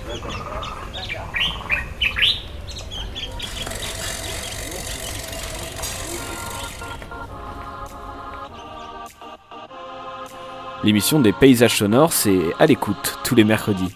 L'émission des paysages sonores, c'est à l'écoute tous les mercredis.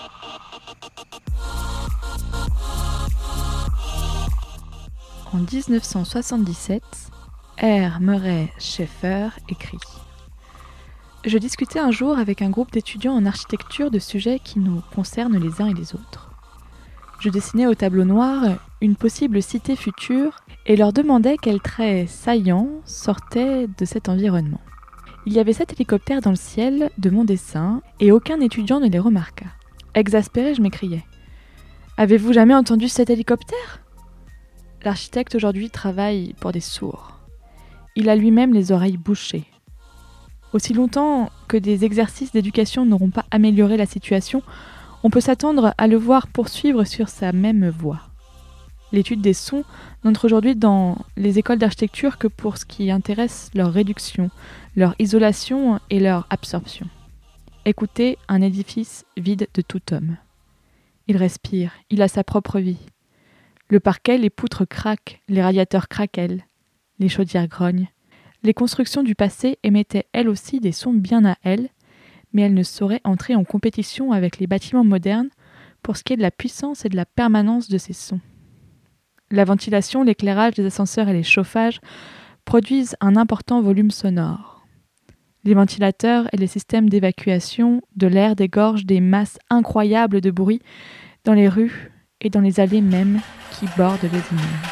En 1977, R. Murray Schafer écrit « Je discutais un jour avec un groupe d'étudiants en architecture de sujets qui nous concernent les uns et les autres. Je dessinais au tableau noir une possible cité future et leur demandais quels traits saillants sortaient de cet environnement. Il y avait 7 hélicoptères dans le ciel de mon dessin et aucun étudiant ne les remarqua. Exaspéré, je m'écriai « Avez-vous jamais entendu cet hélicoptère ?» L'architecte aujourd'hui travaille pour des sourds. Il a lui-même les oreilles bouchées. Aussi longtemps que des exercices d'éducation n'auront pas amélioré la situation, on peut s'attendre à le voir poursuivre sur sa même voie. L'étude des sons n'entre aujourd'hui dans les écoles d'architecture que pour ce qui intéresse leur réduction, leur isolation et leur absorption. Écoutez un édifice vide de tout homme. Il respire, il a sa propre vie. Le parquet, les poutres craquent, les radiateurs craquellent, les chaudières grognent. Les constructions du passé émettaient elles aussi des sons bien à elles, mais elles ne sauraient entrer en compétition avec les bâtiments modernes pour ce qui est de la puissance et de la permanence de ces sons. La ventilation, l'éclairage des ascenseurs et les chauffages produisent un important volume sonore. Les ventilateurs et les systèmes d'évacuation de l'air dégorgent des masses incroyables de bruit dans les rues et dans les allées mêmes qui bordent les immeubles.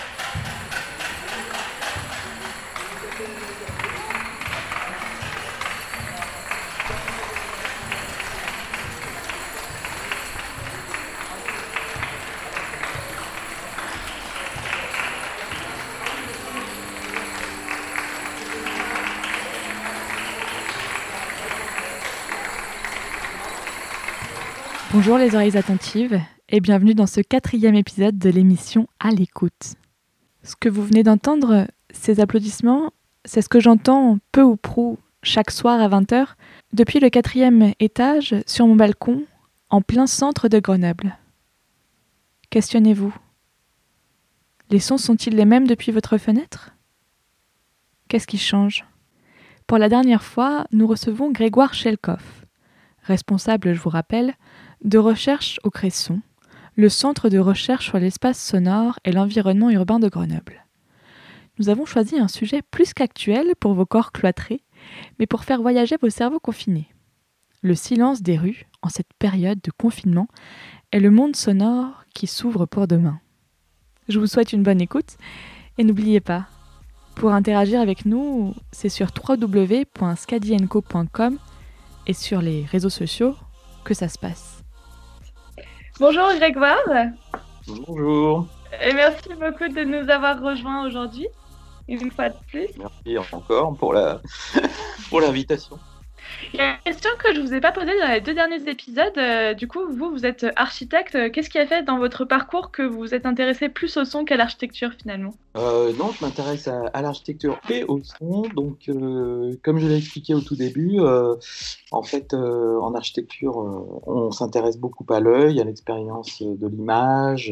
Bonjour les oreilles attentives et bienvenue dans ce 4e épisode de l'émission À l'écoute. Ce que vous venez d'entendre, ces applaudissements, c'est ce que j'entends peu ou prou chaque soir à 20h depuis le 4e étage sur mon balcon en plein centre de Grenoble. Questionnez-vous. Les sons sont-ils les mêmes depuis votre fenêtre ? Qu'est-ce qui change ? Pour la dernière fois, nous recevons Grégoire Chelkoff, responsable, je vous rappelle, de recherche au Cresson, le centre de recherche sur l'espace sonore et l'environnement urbain de Grenoble. Nous avons choisi un sujet plus qu'actuel pour vos corps cloîtrés, mais pour faire voyager vos cerveaux confinés. Le silence des rues, en cette période de confinement, est le monde sonore qui s'ouvre pour demain. Je vous souhaite une bonne écoute et n'oubliez pas, pour interagir avec nous, c'est sur www.scadienco.com et sur les réseaux sociaux que ça se passe. Bonjour Grégoire. Bonjour. Et merci beaucoup de nous avoir rejoints aujourd'hui, une fois de plus. Merci encore pour l'invitation. Il y a une question que je ne vous ai pas posée dans les 2 derniers épisodes. Du coup, vous êtes architecte. Qu'est-ce qui a fait dans votre parcours que vous vous êtes intéressé plus au son qu'à l'architecture finalement ? Non, je m'intéresse à l'architecture et au son. Donc, comme je l'ai expliqué au tout début, en fait, en architecture, on s'intéresse beaucoup à l'œil, à l'expérience de l'image.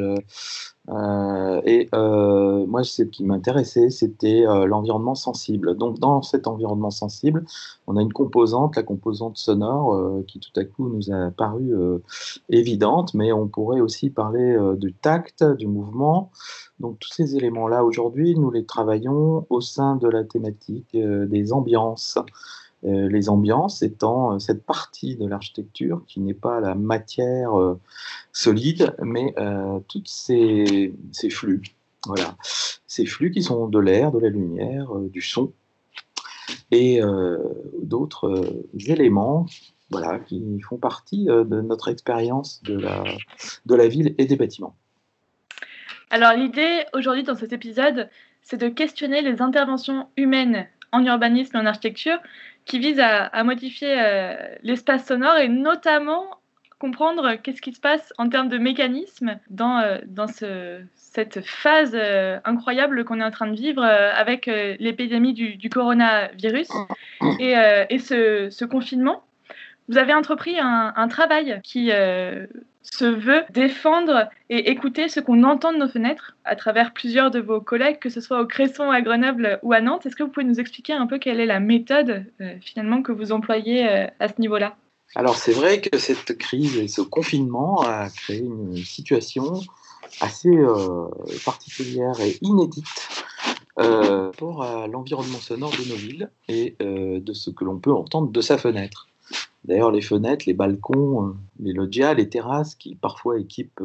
Moi, ce qui m'intéressait, c'était l'environnement sensible. Donc, dans cet environnement sensible, on a une composante, la composante sonore, qui tout à coup nous a paru évidente, mais on pourrait aussi parler du tact, du mouvement. Donc, tous ces éléments-là, aujourd'hui, nous les travaillons au sein de la thématique des ambiances. Les ambiances étant cette partie de l'architecture qui n'est pas la matière solide, mais tous ces flux. Voilà. Ces flux qui sont de l'air, de la lumière, du son et d'autres éléments, voilà, qui font partie de notre expérience de la ville et des bâtiments. Alors l'idée aujourd'hui dans cet épisode, c'est de questionner les interventions humaines en urbanisme et en architecture qui visent à modifier l'espace sonore et notamment comprendre qu'est-ce qui se passe en termes de mécanismes dans cette phase incroyable qu'on est en train de vivre avec l'épidémie du coronavirus et ce confinement. Vous avez entrepris un travail qui se veut défendre et écouter ce qu'on entend de nos fenêtres à travers plusieurs de vos collègues, que ce soit au Cresson, à Grenoble ou à Nantes. Est-ce que vous pouvez nous expliquer un peu quelle est la méthode finalement que vous employez à ce niveau-là ? Alors c'est vrai que cette crise et ce confinement a créé une situation assez particulière et inédite par rapport à l'environnement sonore de nos villes et de ce que l'on peut entendre de sa fenêtre. D'ailleurs, les fenêtres, les balcons, les loggias, les terrasses qui parfois équipent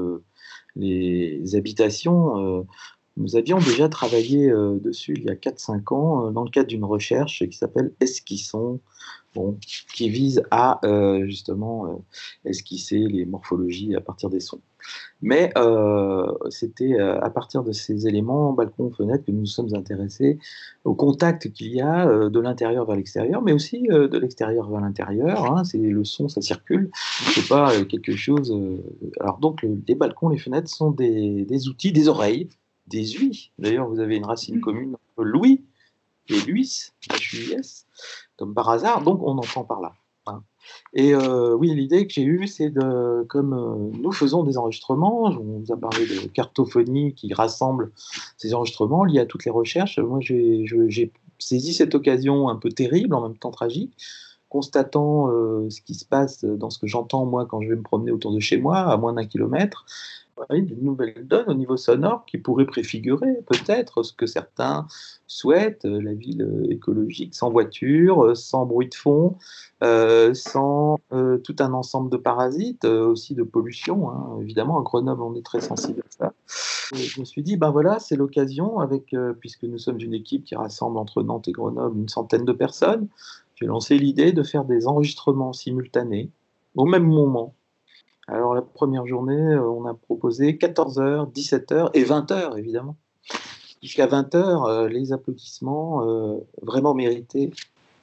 les habitations, nous avions déjà travaillé dessus il y a 4-5 ans dans le cadre d'une recherche qui s'appelle Esquisson, qui vise à justement esquisser les morphologies à partir des sons. Mais c'était à partir de ces éléments, balcons, fenêtres, que nous nous sommes intéressés au contact qu'il y a de l'intérieur vers l'extérieur, mais aussi de l'extérieur vers l'intérieur. Hein, c'est le son, ça circule. C'est pas quelque chose. Alors donc, les balcons, les fenêtres sont des outils, des oreilles, des ouïes. D'ailleurs, vous avez une racine commune entre l'ouïe et l'uis, H-U-I-S, comme par hasard. Donc, on entend par là. Hein. Et oui, l'idée que j'ai eue, c'est comme nous faisons des enregistrements, on vous a parlé de cartophonie qui rassemble ces enregistrements liés à toutes les recherches. Moi, j'ai saisi cette occasion un peu terrible, en même temps tragique, constatant ce qui se passe dans ce que j'entends moi quand je vais me promener autour de chez moi, à moins d'1 kilomètre. Oui, une nouvelle donne au niveau sonore qui pourrait préfigurer peut-être ce que certains souhaitent, la ville écologique, sans voiture, sans bruit de fond, sans tout un ensemble de parasites, aussi de pollution. Hein. Évidemment, à Grenoble, on est très sensible à ça. Je me suis dit, ben voilà, c'est l'occasion, puisque nous sommes une équipe qui rassemble entre Nantes et Grenoble une centaine de personnes, j'ai lancé l'idée de faire des enregistrements simultanés au même moment. Alors la première journée, on a proposé 14h, 17h et 20h, évidemment. Jusqu'à 20h, les applaudissements vraiment mérités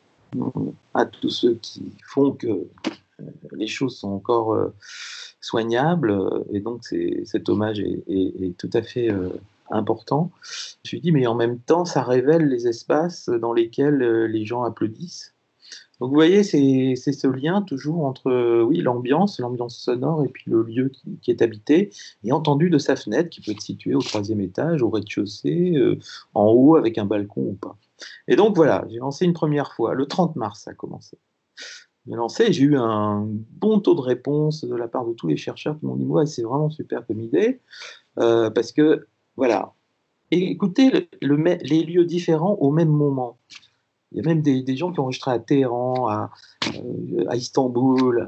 à tous ceux qui font que les choses sont encore soignables. Et donc cet hommage est tout à fait important. Je me suis dit, mais en même temps, ça révèle les espaces dans lesquels les gens applaudissent. Donc vous voyez, c'est ce lien toujours entre oui, l'ambiance sonore, et puis le lieu qui est habité, et entendu de sa fenêtre, qui peut être située au 3e étage, au rez-de-chaussée, en haut, avec un balcon ou pas. Et donc voilà, j'ai lancé une première fois, le 30 mars ça a commencé. J'ai lancé et j'ai eu un bon taux de réponse de la part de tous les chercheurs qui m'ont dit « Ouais, c'est vraiment super comme idée, parce que, voilà, et écoutez les lieux différents au même moment ». Il y a même des gens qui ont enregistré à Téhéran, à Istanbul,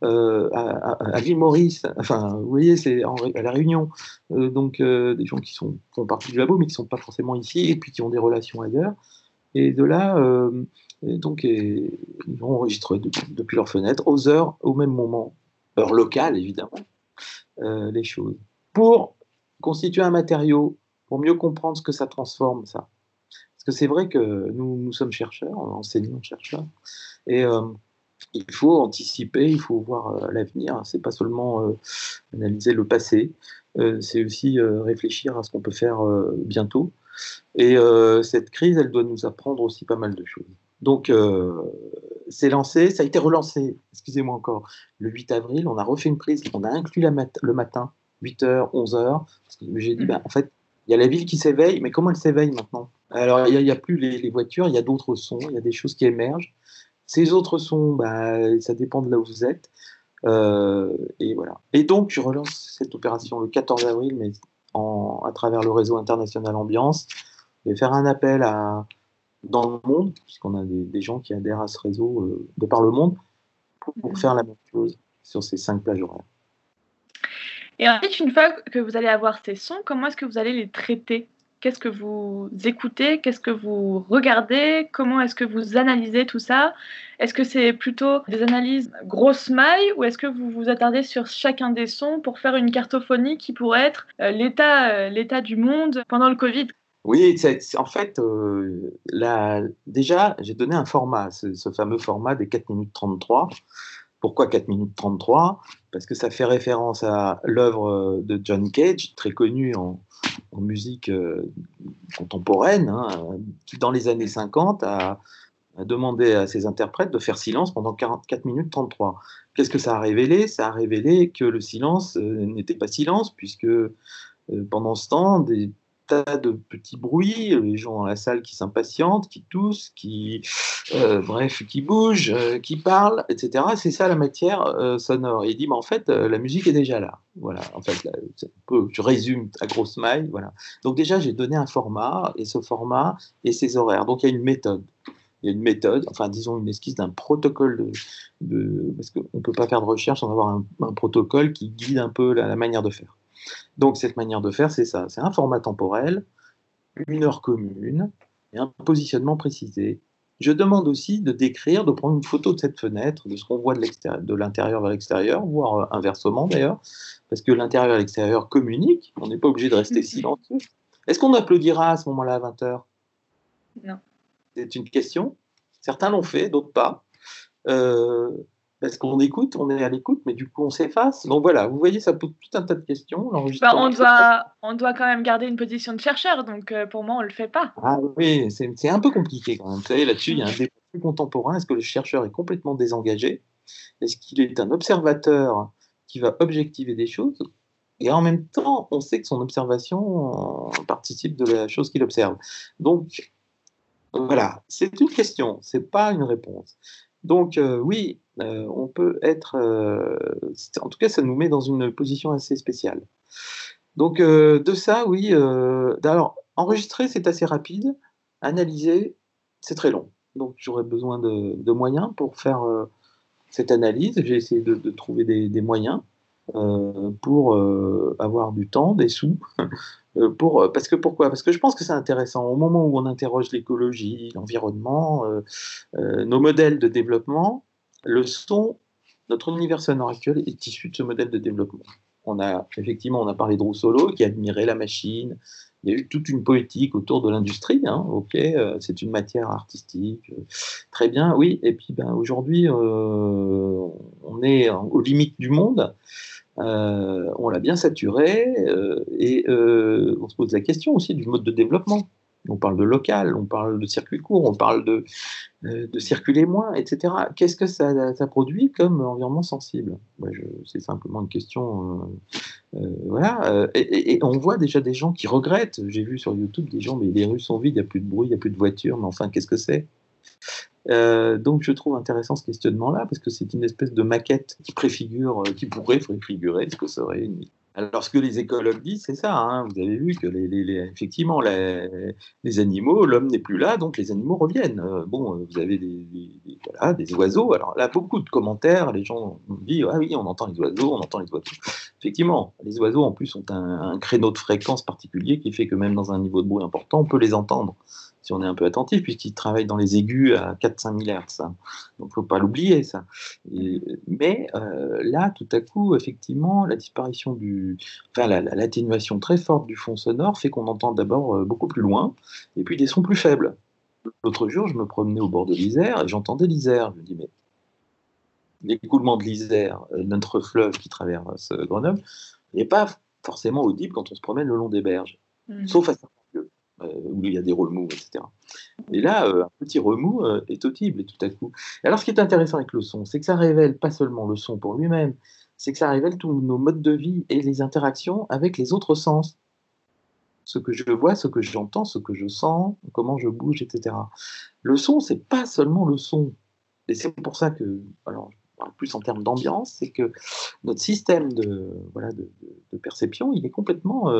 à l'île Maurice. Enfin, vous voyez, c'est à La Réunion. Donc, des gens qui font partie du labo, mais qui ne sont pas forcément ici, et puis qui ont des relations ailleurs. Et de là, ils vont enregistrer depuis leur fenêtre, aux heures, au même moment, heure locale, évidemment, les choses. Pour constituer un matériau, pour mieux comprendre ce que ça transforme, ça. Parce que c'est vrai que nous sommes chercheurs, enseignants-chercheurs, et il faut anticiper, il faut voir l'avenir. C'est pas seulement analyser le passé, c'est aussi réfléchir à ce qu'on peut faire bientôt. Et cette crise, elle doit nous apprendre aussi pas mal de choses. Donc, c'est lancé, ça a été relancé, excusez-moi encore, le 8 avril, on a refait une prise, on a inclus le matin, 8h, 11h, parce que j'ai dit, en fait, il y a la ville qui s'éveille, mais comment elle s'éveille maintenant ? Alors, il n'y a plus les voitures, il y a d'autres sons, il y a des choses qui émergent. Ces autres sons, ça dépend de là où vous êtes. Et voilà. Et donc, je relance cette opération le 14 avril, mais à travers le réseau international Ambiance. Je vais faire un appel dans le monde, puisqu'on a des gens qui adhèrent à ce réseau de par le monde, pour faire la même chose sur ces 5 plages horaires. Et ensuite, une fois que vous allez avoir ces sons, comment est-ce que vous allez les traiter ? Qu'est-ce que vous écoutez ? Qu'est-ce que vous regardez ? Comment est-ce que vous analysez tout ça ? Est-ce que c'est plutôt des analyses grosse maille ou est-ce que vous vous attardez sur chacun des sons pour faire une cartophonie qui pourrait être l'état du monde pendant le Covid ? Oui, en fait, déjà, j'ai donné un format, ce fameux format des 4 minutes 33. Pourquoi 4 minutes 33 ? Parce que ça fait référence à l'œuvre de John Cage, très connu en musique contemporaine, hein, qui dans les années 50 a a demandé à ses interprètes de faire silence pendant 44 minutes 33. Qu'est-ce que ça a révélé? Ça a révélé que le silence n'était pas silence, puisque pendant ce temps, des tas de petits bruits, les gens dans la salle qui s'impatientent, qui toussent, bref, qui bougent, qui parlent, etc. C'est ça la matière sonore. Et il dit, mais en fait, la musique est déjà là. Voilà, en fait, là, je résume à grosse maille. Voilà. Donc déjà, j'ai donné un format, et ce format et ses horaires. Donc il y a une méthode. Il y a une méthode, enfin disons une esquisse d'un protocole parce qu'on ne peut pas faire de recherche sans avoir un protocole qui guide un peu la manière de faire. Donc cette manière de faire, c'est ça, c'est un format temporel, une heure commune et un positionnement précisé. Je demande aussi de décrire, de prendre une photo de cette fenêtre, de ce qu'on voit de l'intérieur vers l'extérieur, voire inversement d'ailleurs, parce que l'intérieur et l'extérieur communiquent, on n'est pas obligé de rester silencieux. Est-ce qu'on applaudira à ce moment-là à 20h? Non. C'est une question. Certains l'ont fait, d'autres pas. Parce qu'on écoute, on est à l'écoute, mais du coup on s'efface. Donc voilà, vous voyez, ça pose tout un tas de questions. On doit quand même garder une position de chercheur, donc pour moi on le fait pas. Ah oui, c'est un peu compliqué quand même. Vous savez, là-dessus, il y a un débat plus contemporain. Est-ce que le chercheur est complètement désengagé? Est-ce qu'il est un observateur qui va objectiver des choses? Et en même temps, on sait que son observation participe de la chose qu'il observe. Donc, voilà, c'est une question, c'est pas une réponse. Donc oui, on peut être... en tout cas, ça nous met dans une position assez spéciale. Donc de ça, oui. Alors, enregistrer, c'est assez rapide. Analyser, c'est très long. Donc j'aurais besoin de moyens pour faire cette analyse. J'ai essayé de trouver des moyens pour avoir du temps, des sous. Pourquoi? Parce que je pense que c'est intéressant. Au moment où on interroge l'écologie, l'environnement, nos modèles de développement, le son, notre univers sonore actuel est issu de ce modèle de développement. On a parlé de Rousseau qui admirait la machine. Il y a eu toute une poétique autour de l'industrie. Ok, c'est une matière artistique, très bien, oui. Et puis aujourd'hui, on est aux limites du monde. On l'a bien saturé et on se pose la question aussi du mode de développement. On parle de local, on parle de circuit court, on parle de circuler moins, etc. Qu'est-ce que ça produit comme environnement sensible? C'est simplement une question. Voilà. Et on voit déjà des gens qui regrettent. J'ai vu sur YouTube des gens, mais les rues sont vides, il n'y a plus de bruit, il n'y a plus de voitures, mais enfin, qu'est-ce que c'est? Donc je trouve intéressant ce questionnement-là, parce que c'est une espèce de maquette qui qui pourrait préfigurer ce que serait une... Alors ce que les écologues disent, c'est ça, vous avez vu que effectivement les animaux, l'homme n'est plus là, donc les animaux reviennent. Vous avez des oiseaux, alors là beaucoup de commentaires, les gens disent, ah oui, on entend les oiseaux, on entend les oiseaux. Effectivement, les oiseaux en plus ont un créneau de fréquence particulier qui fait que même dans un niveau de bruit important, on peut les entendre, si on est un peu attentif, puisqu'ils travaillent dans les aigus à 4-5 000 Hz. Donc, il ne faut pas l'oublier, ça. Mais là, tout à coup, effectivement, la disparition l'atténuation très forte du fond sonore fait qu'on entend d'abord beaucoup plus loin, et puis des sons plus faibles. L'autre jour, je me promenais au bord de l'Isère, et j'entendais l'Isère. Je me dis, mais l'écoulement de l'Isère, notre fleuve qui traverse Grenoble, n'est pas forcément audible quand on se promène le long des berges, sauf à certains lieux où il y a des remous, etc. Et là, un petit remous est audible, et tout à coup. Et alors, ce qui est intéressant avec le son, c'est que ça révèle pas seulement le son pour lui-même, c'est que ça révèle tous nos modes de vie et les interactions avec les autres sens. Ce que je vois, ce que j'entends, ce que je sens, comment je bouge, etc. Le son, c'est pas seulement le son. Et c'est pour ça que, alors, je parle plus en termes d'ambiance, c'est que notre système de perception, il est complètement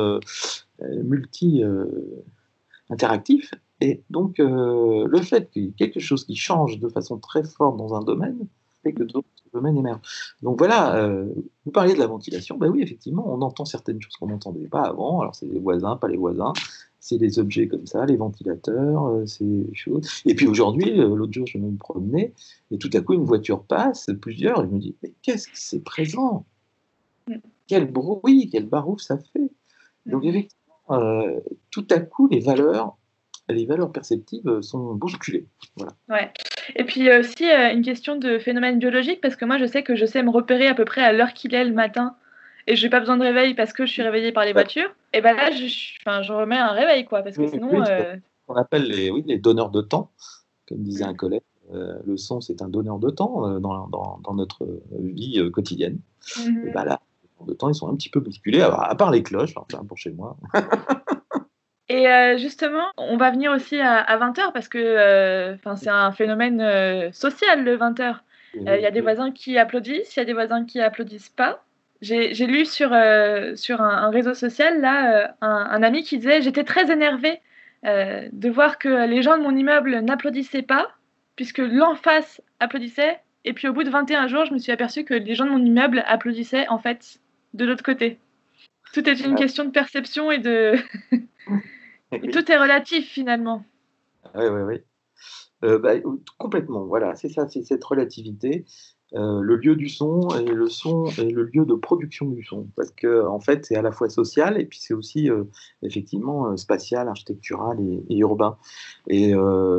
interactif. Et donc, le fait qu'il y ait quelque chose qui change de façon très forte dans un domaine fait que d'autres domaines émergent. Donc voilà, vous parliez de la ventilation. Ben oui, effectivement, on entend certaines choses qu'on n'entendait pas avant. Alors, c'est les voisins, pas les voisins. C'est des objets comme ça, les ventilateurs, ces choses. Et puis aujourd'hui, l'autre jour, je me promenais, et tout à coup, une voiture passe, plusieurs, et je me dis, mais qu'est-ce que c'est présent? Quel bruit, quel barouf ça fait? Donc effectivement, tout à coup, les valeurs perceptives sont bousculées. Voilà. Ouais. Et puis aussi une question de phénomène biologique, parce que moi je sais me repérer à peu près à l'heure qu'il est le matin, et je n'ai pas besoin de réveil parce que je suis réveillée par les voitures. Et ben là, je remets un réveil, quoi, parce que sinon... On appelle les donneurs de temps, Comme disait un collègue, le son, c'est un donneur de temps dans notre vie quotidienne. Et Mhm. ben là, les donneurs de temps, ils sont un petit peu bousculés, à part les cloches, enfin, pour chez moi. Et justement, on va venir aussi à 20h parce que c'est un phénomène social, le 20h. Il y a des voisins qui applaudissent, il y a des voisins qui applaudissent pas. J'ai lu sur un réseau social, là, un ami qui disait: «J'étais très énervé de voir que les gens de mon immeuble n'applaudissaient pas, puisque l'en face applaudissait, et puis au bout de 21 jours, je me suis aperçu que les gens de mon immeuble applaudissaient, en fait, de l'autre côté». Tout est une question de perception et de et Oui, tout est relatif, finalement. oui, oui. Oui. Complètement, voilà, c'est ça, c'est cette relativité. Le lieu du son et le son est le lieu de production du son. Parce que en fait, c'est à la fois social et puis c'est aussi, effectivement, spatial, architectural et urbain. Et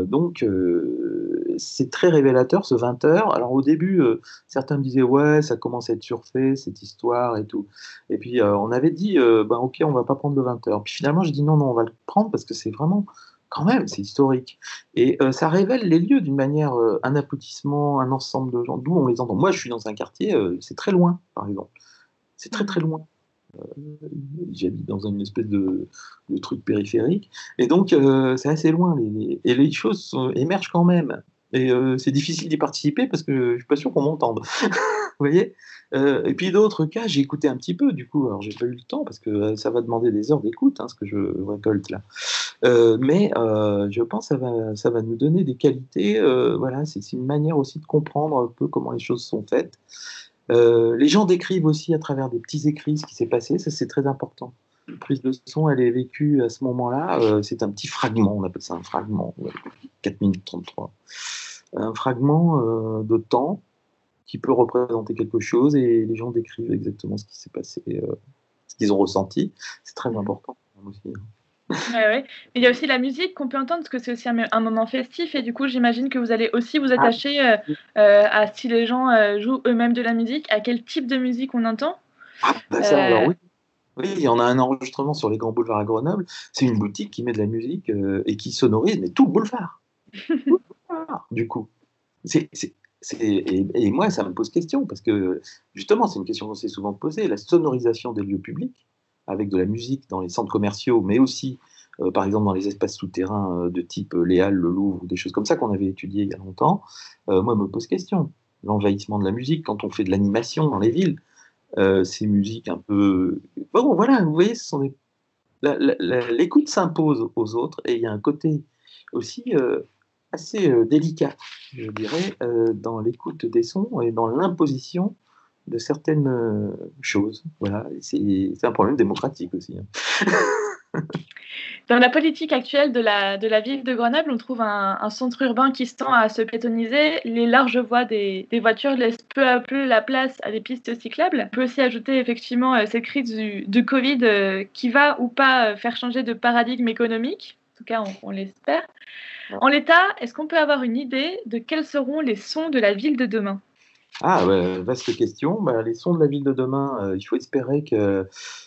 c'est très révélateur ce 20h. Alors au début, certains me disaient: «Ouais, ça commence à être surfait cette histoire et tout». Et puis, on avait dit, «Ben, OK, on va pas prendre le 20h». Puis finalement, j'ai dit: «Non, non, on va le prendre parce que c'est vraiment quand même, c'est historique». Et ça révèle les lieux d'une manière, un aboutissement, un ensemble de gens, d'où on les entend. Moi, je suis dans un quartier, c'est très loin, par exemple. C'est très, très Mmh. loin. J'habite dans une espèce de truc périphérique et donc c'est assez loin les choses émergent quand même et c'est difficile d'y participer parce que je suis pas sûr qu'on m'entende. Vous voyez? Et puis d'autres cas, j'ai écouté un petit peu du coup, alors j'ai pas eu le temps parce que, ça va demander des heures d'écoute, hein, ce que je récolte là. Je pense que ça va nous donner des qualités, voilà, c'est une manière aussi de comprendre un peu comment les choses sont faites. Les gens décrivent aussi à travers des petits écrits ce qui s'est passé, ça c'est très important. Une prise de son, elle est vécue à ce moment-là, c'est un petit fragment, on appelle ça un fragment, ouais, 4 minutes 33. Un fragment, de temps qui peut représenter quelque chose et les gens décrivent exactement ce qui s'est passé, ce qu'ils ont ressenti. C'est très Mmh. important aussi, hein. Ouais, ouais. Il y a aussi la musique qu'on peut entendre parce que c'est aussi un moment festif et du coup, j'imagine que vous allez aussi vous Ah attacher, à si les gens, jouent eux-mêmes de la musique, à quel type de musique on entend. bah ça alors Heu, oui. Oui, il y en a un enregistrement sur les grands boulevards à Grenoble. C'est une boutique qui met de la musique, et qui sonorise, mais tout le boulevard. Tout le boulevard, du coup. Et moi, ça me pose question, parce que justement, c'est une question qu'on s'est souvent posée, la sonorisation des lieux publics, avec de la musique dans les centres commerciaux, mais aussi, par exemple, dans les espaces souterrains de type les Halles, le Louvre, ou des choses comme ça qu'on avait étudiées il y a longtemps, moi, me pose question. L'envahissement de la musique, quand on fait de l'animation dans les villes, ces musiques un peu. Bon, voilà, vous voyez, ce sont des l'écoute s'impose aux autres et il y a un côté aussi, assez, délicat, je dirais, dans l'écoute des sons et dans l'imposition de certaines, choses. Voilà, et c'est un problème démocratique aussi, hein. Dans la politique actuelle de la ville de Grenoble, on trouve un centre urbain qui se tend à se piétonniser. Les larges voies des voitures laissent peu à peu la place à des pistes cyclables. On peut aussi ajouter effectivement, cette crise du Covid, qui va ou pas, faire changer de paradigme économique. En tout cas, on l'espère. En l'état, est-ce qu'on peut avoir une idée de quels seront les sons de la ville de demain? Ah ouais, vaste question. Bah, les sons de la ville de demain, il faut espérer que,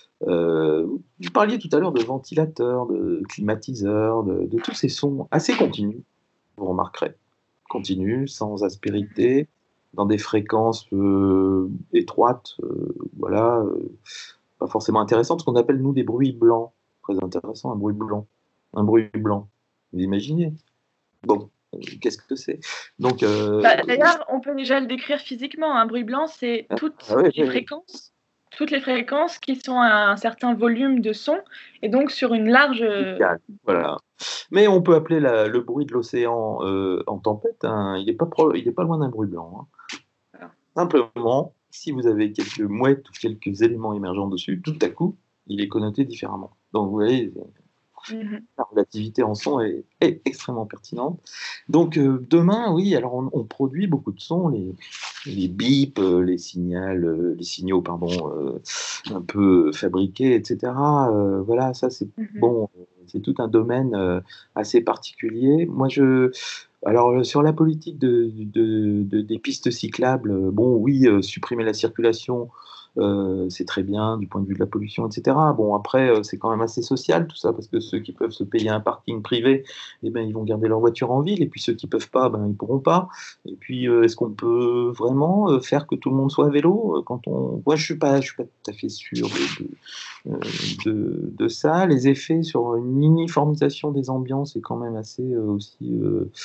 vous parliez tout à l'heure de ventilateurs, de climatiseurs, de tous ces sons assez continus, vous remarquerez. Continu, sans aspérité, dans des fréquences, étroites, voilà, pas forcément intéressantes, ce qu'on appelle nous des bruits blancs. Très intéressant, un bruit blanc. Un bruit blanc. Vous imaginez? Bon, qu'est-ce que c'est? Donc, Bah, d'ailleurs, on peut déjà le décrire physiquement. Un bruit blanc, c'est ah ouais, ouais, ouais. toutes les fréquences qui sont à un certain volume de son et donc sur une large, Musical, voilà. Mais on peut appeler le bruit de l'océan, en tempête, il est pas loin d'un bruit blanc, hein. voilà. Simplement, si vous avez quelques mouettes ou quelques éléments émergents dessus, tout à coup, il est connoté différemment. Donc vous voyez, Mmh. la relativité en son est extrêmement pertinente. Donc demain, oui, alors on produit beaucoup de sons, les bips, les signaux, pardon, un peu fabriqués, et cetera. Voilà, ça c'est Mmh. bon, c'est tout un domaine, assez particulier. Moi alors, sur la politique des pistes cyclables, bon oui, supprimer la circulation c'est très bien du point de vue de la pollution, etc. Bon, après, c'est quand même assez social tout ça, parce que ceux qui peuvent se payer un parking privé, eh ben, ils vont garder leur voiture en ville, et puis ceux qui peuvent pas, ben, ils pourront pas. Et puis, est-ce qu'on peut vraiment faire que tout le monde soit à vélo Moi, je suis pas tout à fait sûr de ça. Les effets sur une uniformisation des ambiances est quand même assez aussi.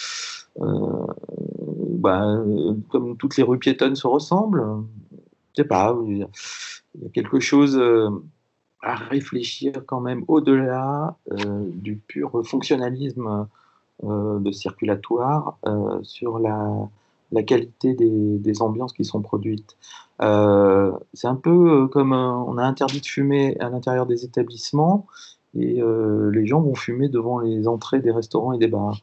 Comme toutes les rues piétonnes se ressemblent, je sais pas, il y a quelque chose à réfléchir quand même au-delà du pur fonctionnalisme de circulatoire sur la qualité des ambiances qui sont produites. C'est un peu comme on a interdit de fumer à l'intérieur des établissements et les gens vont fumer devant les entrées des restaurants et des bars.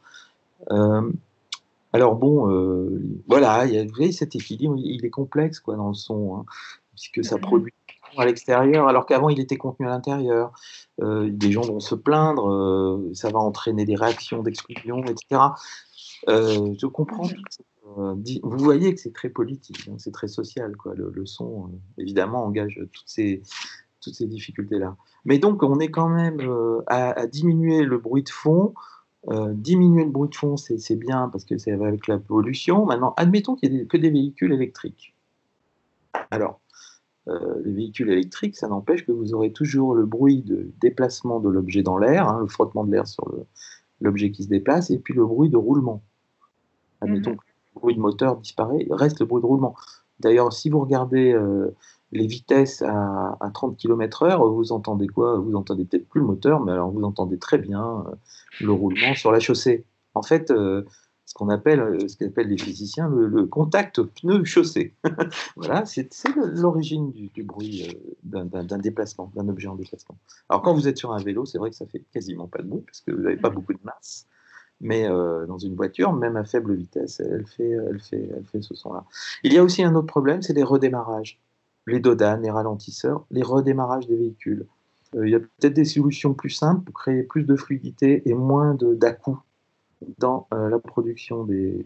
Alors bon, voilà, vous voyez, cet équilibre, il est complexe quoi, dans le son, hein, puisque ça produit à l'extérieur, alors qu'avant il était contenu à l'intérieur. Des gens vont se plaindre, ça va entraîner des réactions d'exclusion, etc. Je comprends. Vous voyez que c'est très politique, hein, c'est très social, quoi. Le son, évidemment, engage toutes ces difficultés-là. Mais donc, on est quand même à diminuer le bruit de fond. Diminuer le bruit de fond, c'est bien parce que c'est avec la pollution. Maintenant, admettons qu'il n'y ait que des véhicules électriques. Alors, les véhicules électriques, ça n'empêche que vous aurez toujours le bruit de déplacement de l'objet dans l'air, hein, le frottement de l'air sur l'objet qui se déplace, et puis le bruit de roulement. Admettons que le bruit de moteur disparaît, reste le bruit de roulement. D'ailleurs, si vous regardez les vitesses à 30 km/h, vous entendez quoi? Vous entendez peut-être plus le moteur, mais alors vous entendez très bien le roulement sur la chaussée. En fait, ce qu'appellent les physiciens le contact pneu-chaussée. Voilà, c'est l'origine du bruit d'un déplacement, d'un objet en déplacement. Alors quand vous êtes sur un vélo, c'est vrai que ça fait quasiment pas de bruit, parce que vous n'avez pas beaucoup de masse. Mais dans une voiture, même à faible vitesse, elle fait ce son-là. Il y a aussi un autre problème, c'est les redémarrages. Les dodanes, les ralentisseurs, les redémarrages des véhicules. Il y a peut-être des solutions plus simples pour créer plus de fluidité et moins d'à-coups dans la production des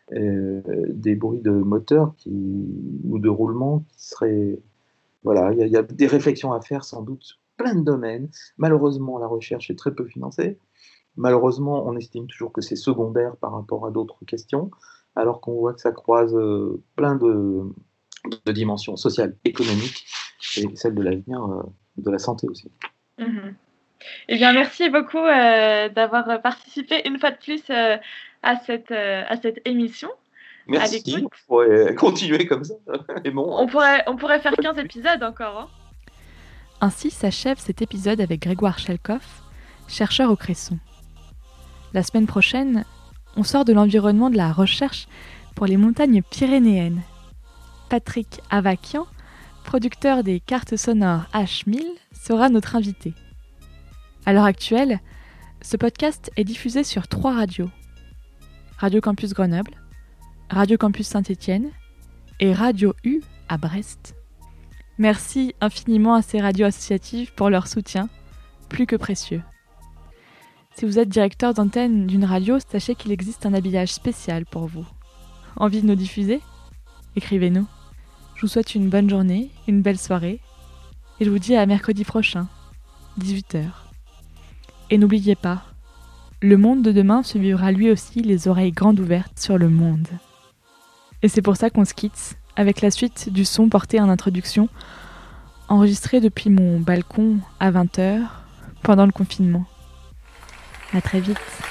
bruits de moteur ou de roulement qui seraient... Voilà, il y a des réflexions à faire sans doute, plein de domaines. Malheureusement, la recherche est très peu financée. Malheureusement, on estime toujours que c'est secondaire par rapport à d'autres questions, alors qu'on voit que ça croise plein de dimensions sociales, économiques, et celle de l'avenir de la santé aussi. Eh bien, merci beaucoup d'avoir participé une fois de plus à cette émission. Merci, on pourrait continuer comme ça. Et bon, on pourrait faire 15 épisodes encore. Hein. Ainsi s'achève cet épisode avec Grégoire Chelkoff, chercheur au Cresson. La semaine prochaine, on sort de l'environnement de la recherche pour les montagnes pyrénéennes. Patrick Avakian, producteur des cartes sonores H1000, sera notre invité. À l'heure actuelle, ce podcast est diffusé sur 3 radios. Radio Campus Grenoble, Radio Campus Saint-Étienne et Radio U à Brest. Merci infiniment à ces radios associatives pour leur soutien, plus que précieux. Si vous êtes directeur d'antenne d'une radio, sachez qu'il existe un habillage spécial pour vous. Envie de nous diffuser ? Écrivez-nous. Je vous souhaite une bonne journée, une belle soirée, et je vous dis à mercredi prochain, 18h. Et n'oubliez pas, le monde de demain se vivra lui aussi les oreilles grandes ouvertes sur le monde. Et c'est pour ça qu'on se quitte avec la suite du son porté en introduction, enregistré depuis mon balcon à 20h pendant le confinement. À très vite.